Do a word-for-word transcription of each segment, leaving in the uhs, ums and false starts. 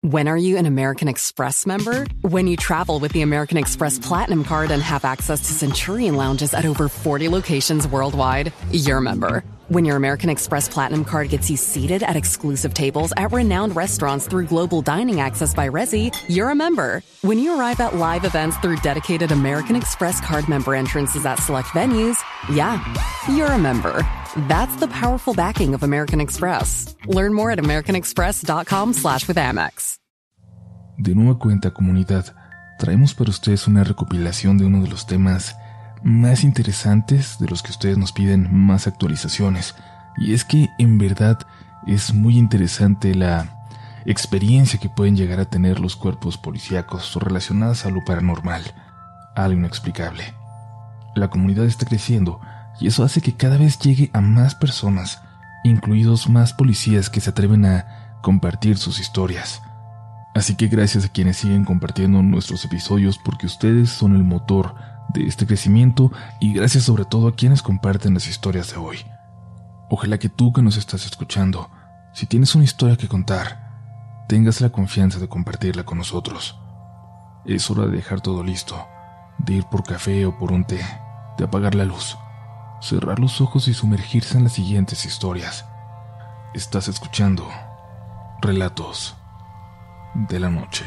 When are you an American Express member? When you travel with the American Express Platinum Card and have access to Centurion Lounges at over forty locations worldwide, you're a member. When your American Express Platinum Card gets you seated at exclusive tables at renowned restaurants through global dining access by Resy, you're a member. When you arrive at live events through dedicated American Express Card member entrances at select venues, yeah, you're a member. That's the powerful backing of American Express. Learn more at americanexpress.com slash with Amex. De nueva cuenta, comunidad, traemos para ustedes una recopilación de uno de los temas más interesantes, de los que ustedes nos piden más actualizaciones. Y es que en verdad es muy interesante la experiencia que pueden llegar a tener los cuerpos policíacos relacionadas a lo paranormal, algo inexplicable. La comunidad está creciendo y eso hace que cada vez llegue a más personas, incluidos más policías que se atreven a compartir sus historias. Así que gracias a quienes siguen compartiendo nuestros episodios, porque ustedes son el motor de este crecimiento, y gracias sobre todo a quienes comparten las historias de hoy. Ojalá que tú que nos estás escuchando, si tienes una historia que contar, tengas la confianza de compartirla con nosotros. Es hora de dejar todo listo, de ir por café o por un té, de apagar la luz, cerrar los ojos y sumergirse en las siguientes historias. Estás escuchando Relatos de la Noche.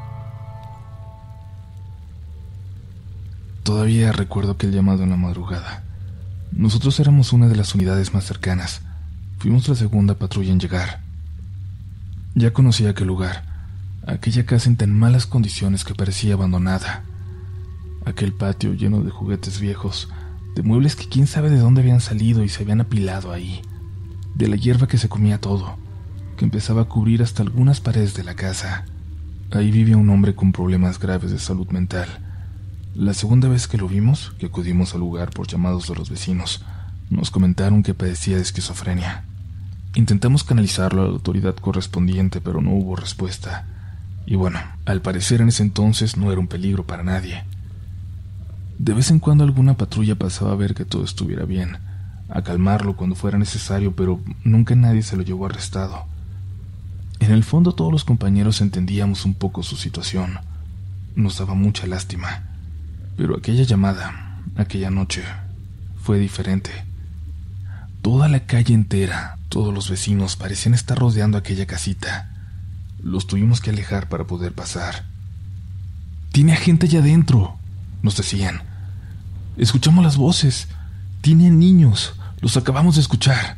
Todavía recuerdo aquel llamado en la madrugada. Nosotros éramos una de las unidades más cercanas. Fuimos la segunda patrulla en llegar. Ya conocía aquel lugar, aquella casa en tan malas condiciones que parecía abandonada. Aquel patio lleno de juguetes viejos, de muebles que quién sabe de dónde habían salido y se habían apilado ahí, de la hierba que se comía todo, que empezaba a cubrir hasta algunas paredes de la casa. Ahí vivía un hombre con problemas graves de salud mental. La segunda vez que lo vimos, que acudimos al lugar por llamados de los vecinos, nos comentaron que padecía de esquizofrenia. Intentamos canalizarlo a la autoridad correspondiente, pero no hubo respuesta. Y bueno, al parecer en ese entonces no era un peligro para nadie. De vez en cuando alguna patrulla pasaba a ver que todo estuviera bien, a calmarlo cuando fuera necesario, pero nunca nadie se lo llevó arrestado. En el fondo todos los compañeros entendíamos un poco su situación. Nos daba mucha lástima. Pero aquella llamada, aquella noche, fue diferente. Toda la calle entera, todos los vecinos parecían estar rodeando aquella casita. Los tuvimos que alejar para poder pasar. «Tiene a gente allá adentro», nos decían. «Escuchamos las voces. Tiene niños. Los acabamos de escuchar».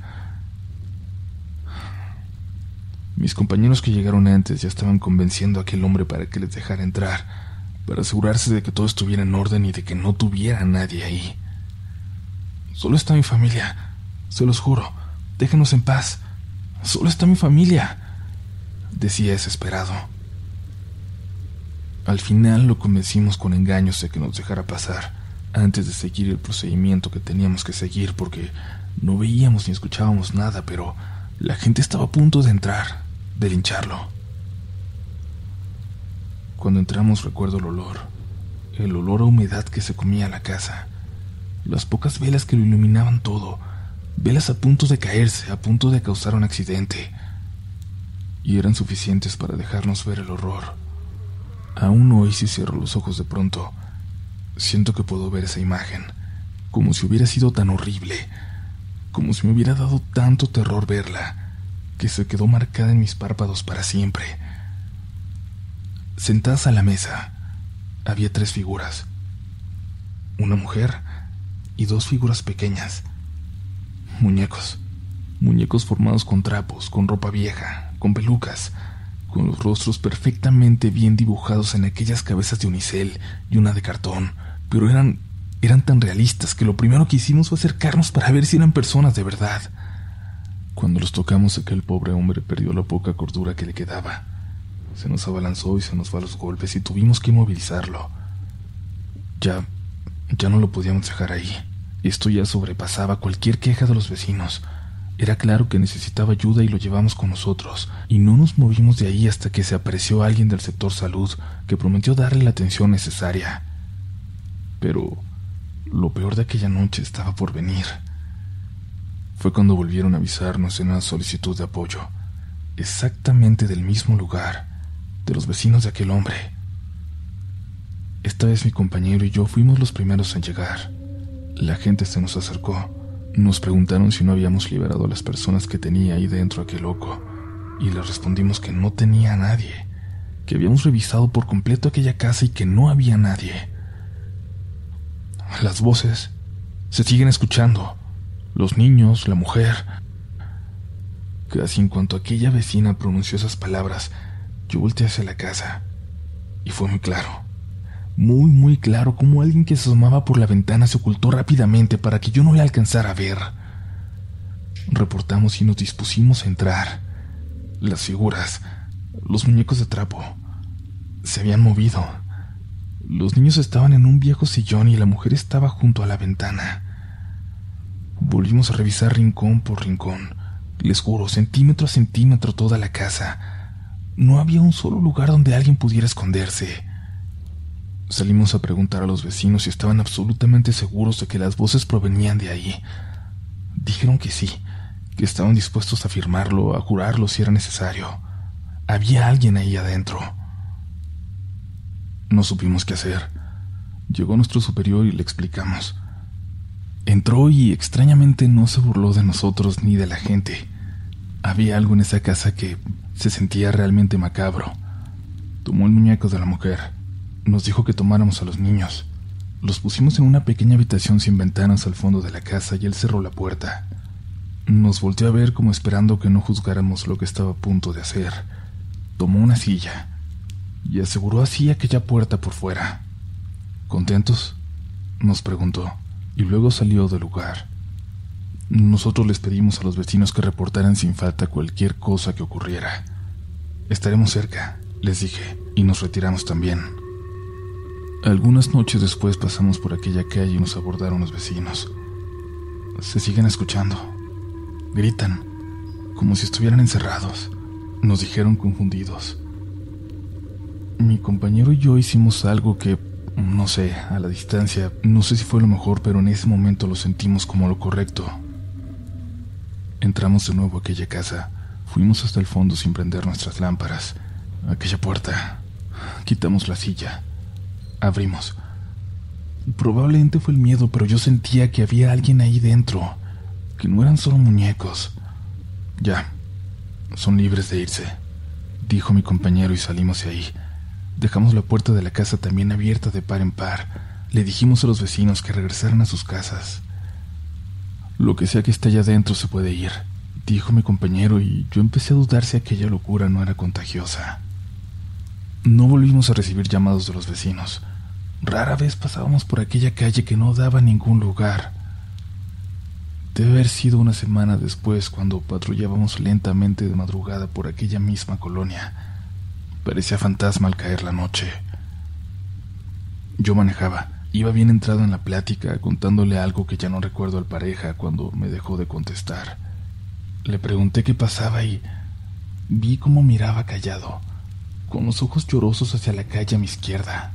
Mis compañeros que llegaron antes ya estaban convenciendo a aquel hombre para que les dejara entrar, para asegurarse de que todo estuviera en orden y de que no tuviera a nadie ahí. «Solo está mi familia, se los juro, déjenos en paz. Solo está mi familia», decía desesperado. Al final lo convencimos con engaños de que nos dejara pasar, antes de seguir el procedimiento que teníamos que seguir, porque no veíamos ni escuchábamos nada, pero la gente estaba a punto de entrar, de lincharlo. Cuando entramos recuerdo el olor, el olor a humedad que se comía la casa, las pocas velas que lo iluminaban todo, velas a punto de caerse, a punto de causar un accidente, y eran suficientes para dejarnos ver el horror. Aún hoy, si cierro los ojos de pronto, siento que puedo ver esa imagen, como si hubiera sido tan horrible, como si me hubiera dado tanto terror verla, que se quedó marcada en mis párpados para siempre. Sentadas a la mesa, había tres figuras, una mujer y dos figuras pequeñas, muñecos, muñecos formados con trapos, con ropa vieja, con pelucas, con los rostros perfectamente bien dibujados en aquellas cabezas de unicel y una de cartón, pero eran, eran tan realistas que lo primero que hicimos fue acercarnos para ver si eran personas de verdad. Cuando los tocamos, aquel pobre hombre perdió la poca cordura que le quedaba. Se nos abalanzó y se nos fue a los golpes y tuvimos que inmovilizarlo. Ya, ya no lo podíamos dejar ahí. Esto ya sobrepasaba cualquier queja de los vecinos. Era claro que necesitaba ayuda y lo llevamos con nosotros, y no nos movimos de ahí hasta que se apareció alguien del sector salud que prometió darle la atención necesaria. Pero lo peor de aquella noche estaba por venir. Fue cuando volvieron a avisarnos en una solicitud de apoyo, exactamente del mismo lugar, de los vecinos de aquel hombre. Esta vez mi compañero y yo fuimos los primeros en llegar. La gente se nos acercó. Nos preguntaron si no habíamos liberado a las personas que tenía ahí dentro aquel loco, y les respondimos que no tenía a nadie, que habíamos revisado por completo aquella casa y que no había nadie. Las voces se siguen escuchando, los niños, la mujer. Casi en cuanto aquella vecina pronunció esas palabras, yo volteé hacia la casa y fue muy claro, muy muy claro cómo alguien que se asomaba por la ventana se ocultó rápidamente para que yo no le alcanzara a ver. Reportamos y nos dispusimos a entrar. Las figuras, los muñecos de trapo, se habían movido. Los niños estaban en un viejo sillón y la mujer estaba junto a la ventana. Volvimos a revisar rincón por rincón. Les juro, centímetro a centímetro toda la casa. No había un solo lugar donde alguien pudiera esconderse. Salimos a preguntar a los vecinos si estaban absolutamente seguros de que las voces provenían de ahí. Dijeron que sí, que estaban dispuestos a afirmarlo, a jurarlo si era necesario. Había alguien ahí adentro. No supimos qué hacer. Llegó nuestro superior y le explicamos. Entró y extrañamente no se burló de nosotros ni de la gente. Había algo en esa casa que se sentía realmente macabro. Tomó el muñeco de la mujer. Nos dijo que tomáramos a los niños. Los pusimos en una pequeña habitación sin ventanas al fondo de la casa y él cerró la puerta. Nos volteó a ver como esperando que no juzgáramos lo que estaba a punto de hacer. Tomó una silla y aseguró así aquella puerta por fuera. ¿Contentos?, nos preguntó, y luego salió del lugar. Nosotros les pedimos a los vecinos que reportaran sin falta cualquier cosa que ocurriera. Estaremos cerca, les dije, y nos retiramos también. Algunas noches después pasamos por aquella calle y nos abordaron los vecinos. Se siguen escuchando. Gritan, como si estuvieran encerrados, nos dijeron confundidos. Mi compañero y yo hicimos algo que, no sé, a la distancia, no sé si fue lo mejor, pero en ese momento lo sentimos como lo correcto. Entramos de nuevo a aquella casa, fuimos hasta el fondo sin prender nuestras lámparas. Aquella puerta, quitamos la silla, abrimos. Probablemente fue el miedo, pero yo sentía que había alguien ahí dentro, que no eran solo muñecos. Ya, son libres de irse, dijo mi compañero y salimos de ahí. Dejamos la puerta de la casa también abierta de par en par. Le dijimos a los vecinos que regresaran a sus casas. Lo que sea que esté allá adentro se puede ir, dijo mi compañero, y yo empecé a dudar si aquella locura no era contagiosa. No volvimos a recibir llamados de los vecinos. Rara vez pasábamos por aquella calle que no daba a ningún lugar. Debe haber sido una semana después cuando patrullábamos lentamente de madrugada por aquella misma colonia. Parecía fantasma al caer la noche. Yo manejaba. Iba bien entrado en la plática, contándole algo que ya no recuerdo al pareja cuando me dejó de contestar. Le pregunté qué pasaba y vi cómo miraba callado, con los ojos llorosos hacia la calle a mi izquierda.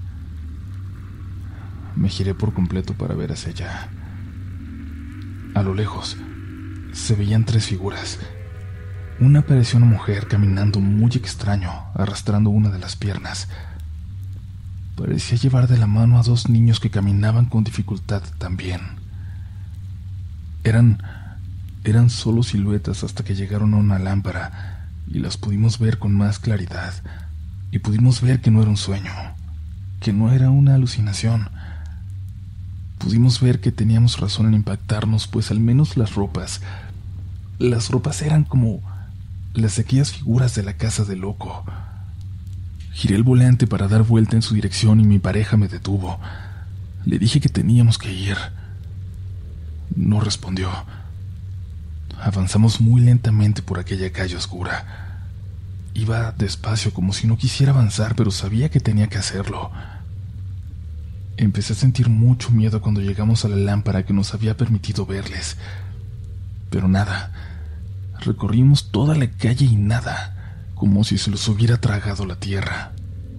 Me giré por completo para ver hacia allá. A lo lejos se veían tres figuras. Una parecía una mujer caminando muy extraño, arrastrando una de las piernas. Parecía llevar de la mano a dos niños que caminaban con dificultad también. Eran, eran solo siluetas hasta que llegaron a una lámpara y las pudimos ver con más claridad. Y pudimos ver que no era un sueño, que no era una alucinación. Pudimos ver que teníamos razón en impactarnos, pues al menos las ropas, las ropas eran como las de aquellas figuras de la casa del loco. Giré el volante para dar vuelta en su dirección y mi pareja me detuvo. Le dije que teníamos que ir. No respondió. Avanzamos muy lentamente por aquella calle oscura. Iba despacio como si no quisiera avanzar, pero sabía que tenía que hacerlo. Empecé a sentir mucho miedo cuando llegamos a la lámpara que nos había permitido verles. Pero nada. Recorrimos toda la calle y nada, como si se los hubiera tragado la tierra.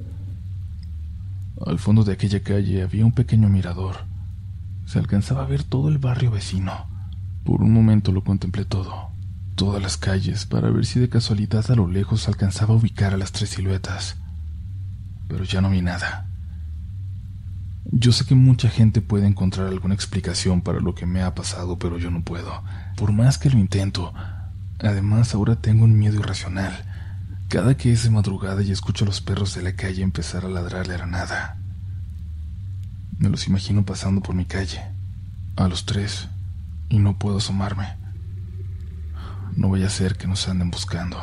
Al fondo de aquella calle había un pequeño mirador. Se alcanzaba a ver todo el barrio vecino. Por un momento lo contemplé todo, todas las calles, para ver si de casualidad a lo lejos alcanzaba a ubicar a las tres siluetas. pero ya no vi nada. Yo sé que mucha gente puede encontrar alguna explicación para lo que me ha pasado, pero yo no puedo, por más que lo intento. Además, ahora tengo un miedo irracional. Cada que es de madrugada y escucho a los perros de la calle empezar a ladrarle a la nada. Me los imagino pasando por mi calle, a los tres, y no puedo asomarme. No vaya a ser que nos anden buscando.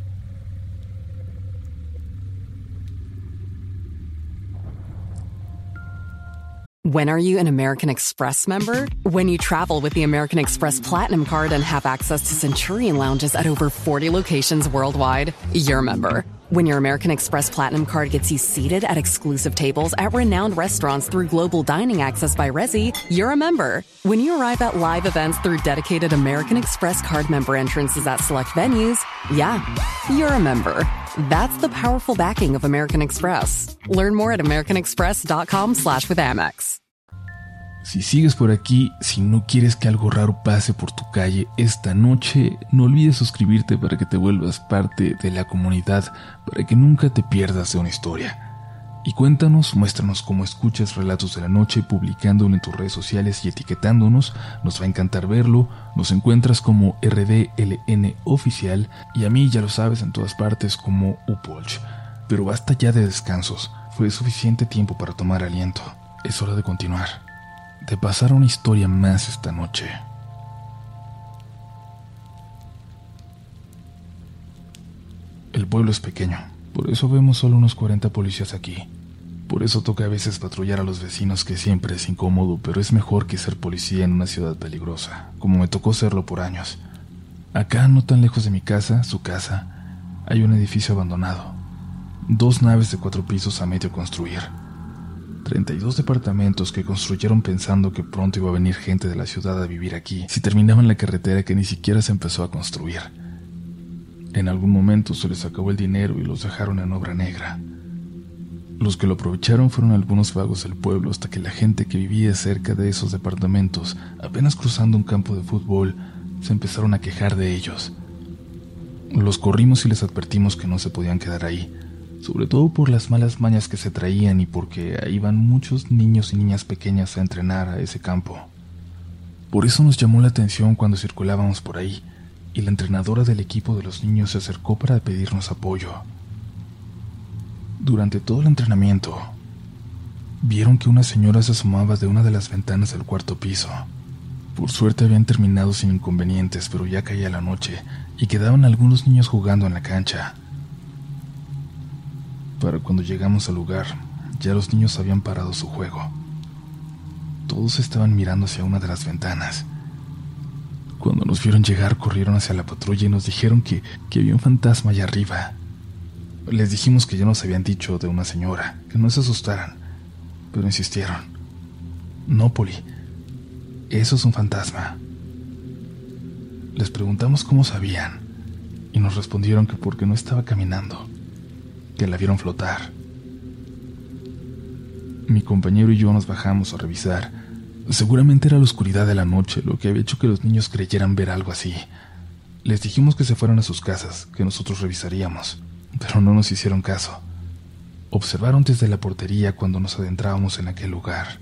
When are you an American Express member? When you travel with the American Express Platinum Card and have access to Centurion Lounges at over forty locations worldwide, you're a member. When your American Express Platinum Card gets you seated at exclusive tables at renowned restaurants through global dining access by Resy, you're a member. When you arrive at live events through dedicated American Express Card member entrances at select venues, yeah, you're a member. That's the powerful backing of American Express. Learn more at americanexpress.com slash with Amex. Si sigues por aquí, si no quieres que algo raro pase por tu calle esta noche, no olvides suscribirte para que te vuelvas parte de la comunidad, para que nunca te pierdas de una historia. Y cuéntanos, muéstranos cómo escuchas Relatos de la Noche publicándolo en tus redes sociales y etiquetándonos. Nos va a encantar verlo. Nos encuentras como R D L N Oficial y a mí ya lo sabes en todas partes como Upolch. Pero basta ya de descansos. Fue suficiente tiempo para tomar aliento. Es hora de continuar. De pasar una historia más esta noche. El pueblo es pequeño. Por eso vemos solo unos cuarenta policías aquí. Por eso toca a veces patrullar a los vecinos, que siempre es incómodo, pero es mejor que ser policía en una ciudad peligrosa, como me tocó serlo por años. Acá, no tan lejos de mi casa, su casa, hay un edificio abandonado. Dos naves de cuatro pisos a medio construir. treinta y dos departamentos que construyeron pensando que pronto iba a venir gente de la ciudad a vivir aquí, si terminaban la carretera que ni siquiera se empezó a construir. En algún momento se les acabó el dinero y los dejaron en obra negra. Los que lo aprovecharon fueron algunos vagos del pueblo, hasta que la gente que vivía cerca de esos departamentos, apenas cruzando un campo de fútbol, se empezaron a quejar de ellos. Los corrimos y les advertimos que no se podían quedar ahí, sobre todo por las malas mañas que se traían y porque ahí iban muchos niños y niñas pequeñas a entrenar a ese campo. Por eso nos llamó la atención cuando circulábamos por ahí, y la entrenadora del equipo de los niños se acercó para pedirnos apoyo. Durante todo el entrenamiento, vieron que una señora se asomaba de una de las ventanas del cuarto piso. Por suerte habían terminado sin inconvenientes, pero ya caía la noche y quedaban algunos niños jugando en la cancha. Para cuando llegamos al lugar, ya los niños habían parado su juego. Todos estaban mirando hacia una de las ventanas. Cuando nos vieron llegar, corrieron hacia la patrulla y nos dijeron que, que había un fantasma allá arriba. Les dijimos que ya nos habían dicho de una señora, que no se asustaran, pero insistieron. No, Poli, eso es un fantasma. Les preguntamos cómo sabían, y nos respondieron que porque no estaba caminando, que la vieron flotar. Mi compañero y yo nos bajamos a revisar. Seguramente era la oscuridad de la noche lo que había hecho que los niños creyeran ver algo así. Les dijimos que se fueran a sus casas, que nosotros revisaríamos, pero no nos hicieron caso. Observaron desde la portería cuando nos adentrábamos en aquel lugar.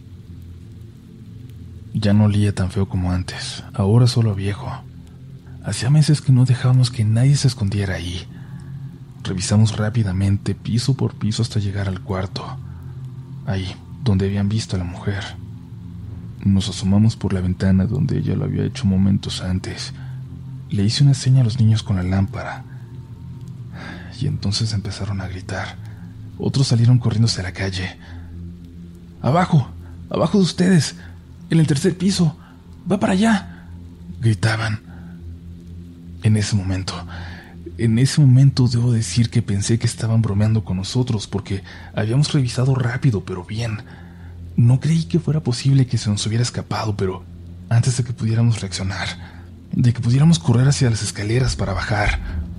Ya no olía tan feo como antes, ahora solo a viejo. Hacía meses que no dejábamos que nadie se escondiera ahí. Revisamos rápidamente, piso por piso, hasta llegar al cuarto, ahí donde habían visto a la mujer. Nos asomamos por la ventana donde ella lo había hecho momentos antes. Le hice una seña a los niños con la lámpara, y entonces empezaron a gritar. Otros salieron corriendo hacia la calle. ¡Abajo! ¡Abajo de ustedes! ¡En el tercer piso! ¡Va para allá!, gritaban. En ese momento, en ese momento debo decir que pensé que estaban bromeando con nosotros, porque habíamos revisado rápido, pero bien. No creí que fuera posible que se nos hubiera escapado, pero antes de que pudiéramos reaccionar, de que pudiéramos correr hacia las escaleras para bajar,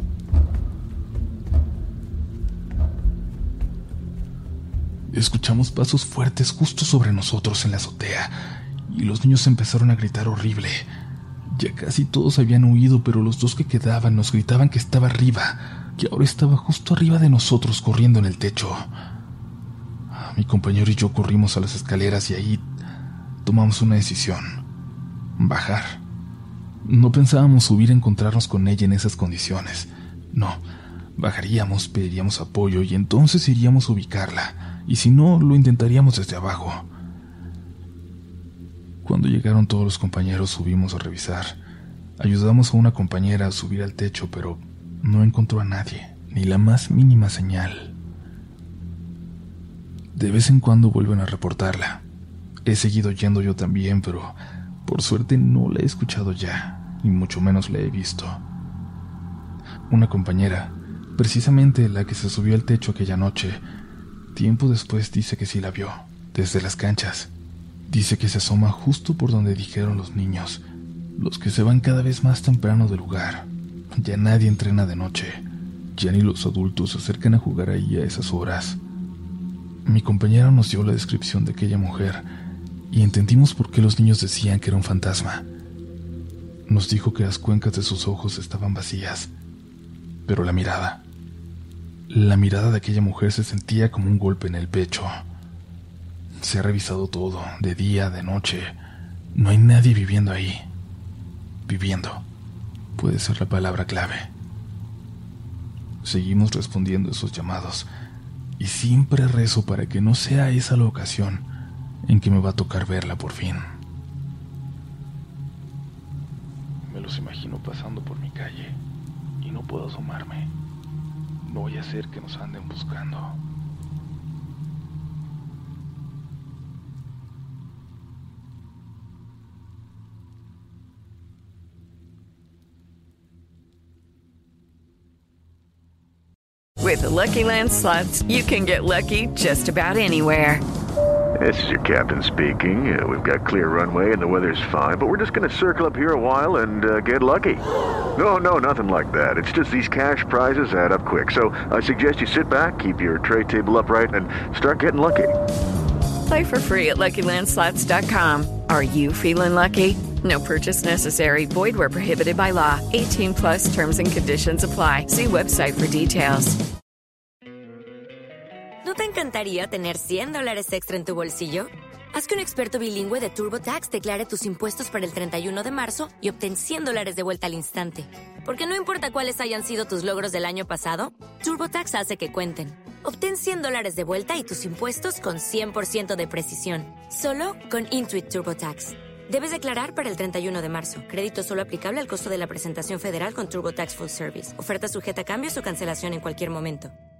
escuchamos pasos fuertes justo sobre nosotros en la azotea, y los niños empezaron a gritar horrible. Ya casi todos habían huido, pero los dos que quedaban nos gritaban que estaba arriba, que ahora estaba justo arriba de nosotros corriendo en el techo. Mi compañero y yo corrimos a las escaleras y ahí tomamos una decisión: bajar. No pensábamos subir a encontrarnos con ella en esas condiciones. No, bajaríamos, pediríamos apoyo y entonces iríamos a ubicarla, y si no, lo intentaríamos desde abajo. Cuando llegaron todos los compañeros, subimos a revisar. Ayudamos a una compañera a subir al techo, pero no encontró a nadie, ni la más mínima señal. De vez en cuando vuelven a reportarla. He seguido yendo yo también, pero por suerte no la he escuchado ya, ni mucho menos la he visto. Una compañera, precisamente la que se subió al techo aquella noche, tiempo después dice que sí la vio, desde las canchas. Dice que se asoma justo por donde dijeron los niños, los que se van cada vez más temprano del lugar. Ya nadie entrena de noche, ya ni los adultos se acercan a jugar ahí a esas horas. Mi compañera nos dio la descripción de aquella mujer y entendimos por qué los niños decían que era un fantasma. Nos dijo que las cuencas de sus ojos estaban vacías, pero la mirada, la mirada de aquella mujer se sentía como un golpe en el pecho. Se ha revisado todo, de día, de noche. No hay nadie viviendo ahí. Viviendo puede ser la palabra clave. Seguimos respondiendo esos llamados y siempre rezo para que no sea esa la ocasión en que me va a tocar verla por fin. Me los imagino pasando por mi calle y no puedo asomarme. No voy a hacer que nos anden buscando. With the Lucky Land Slots, you can get lucky just about anywhere. This is your captain speaking. Uh, we've got clear runway and the weather's fine, but we're just going to circle up here a while and uh, get lucky. No, no, nothing like that. It's just these cash prizes add up quick. So I suggest you sit back, keep your tray table upright, and start getting lucky. Play for free at Lucky Land Slots dot com. Are you feeling lucky? No purchase necessary. Void where prohibited by law. eighteen plus terms and conditions apply. See website for details. ¿No te encantaría tener cien dólares extra en tu bolsillo? Haz que un experto bilingüe de TurboTax declare tus impuestos para el treinta y uno de marzo y obtén cien dólares de vuelta al instante. Porque no importa cuáles hayan sido tus logros del año pasado, TurboTax hace que cuenten. Obtén cien dólares de vuelta y tus impuestos con cien por ciento de precisión. Solo con Intuit TurboTax. Debes declarar para el treinta y uno de marzo. Crédito solo aplicable al costo de la presentación federal con TurboTax Full Service. Oferta sujeta a cambios o cancelación en cualquier momento.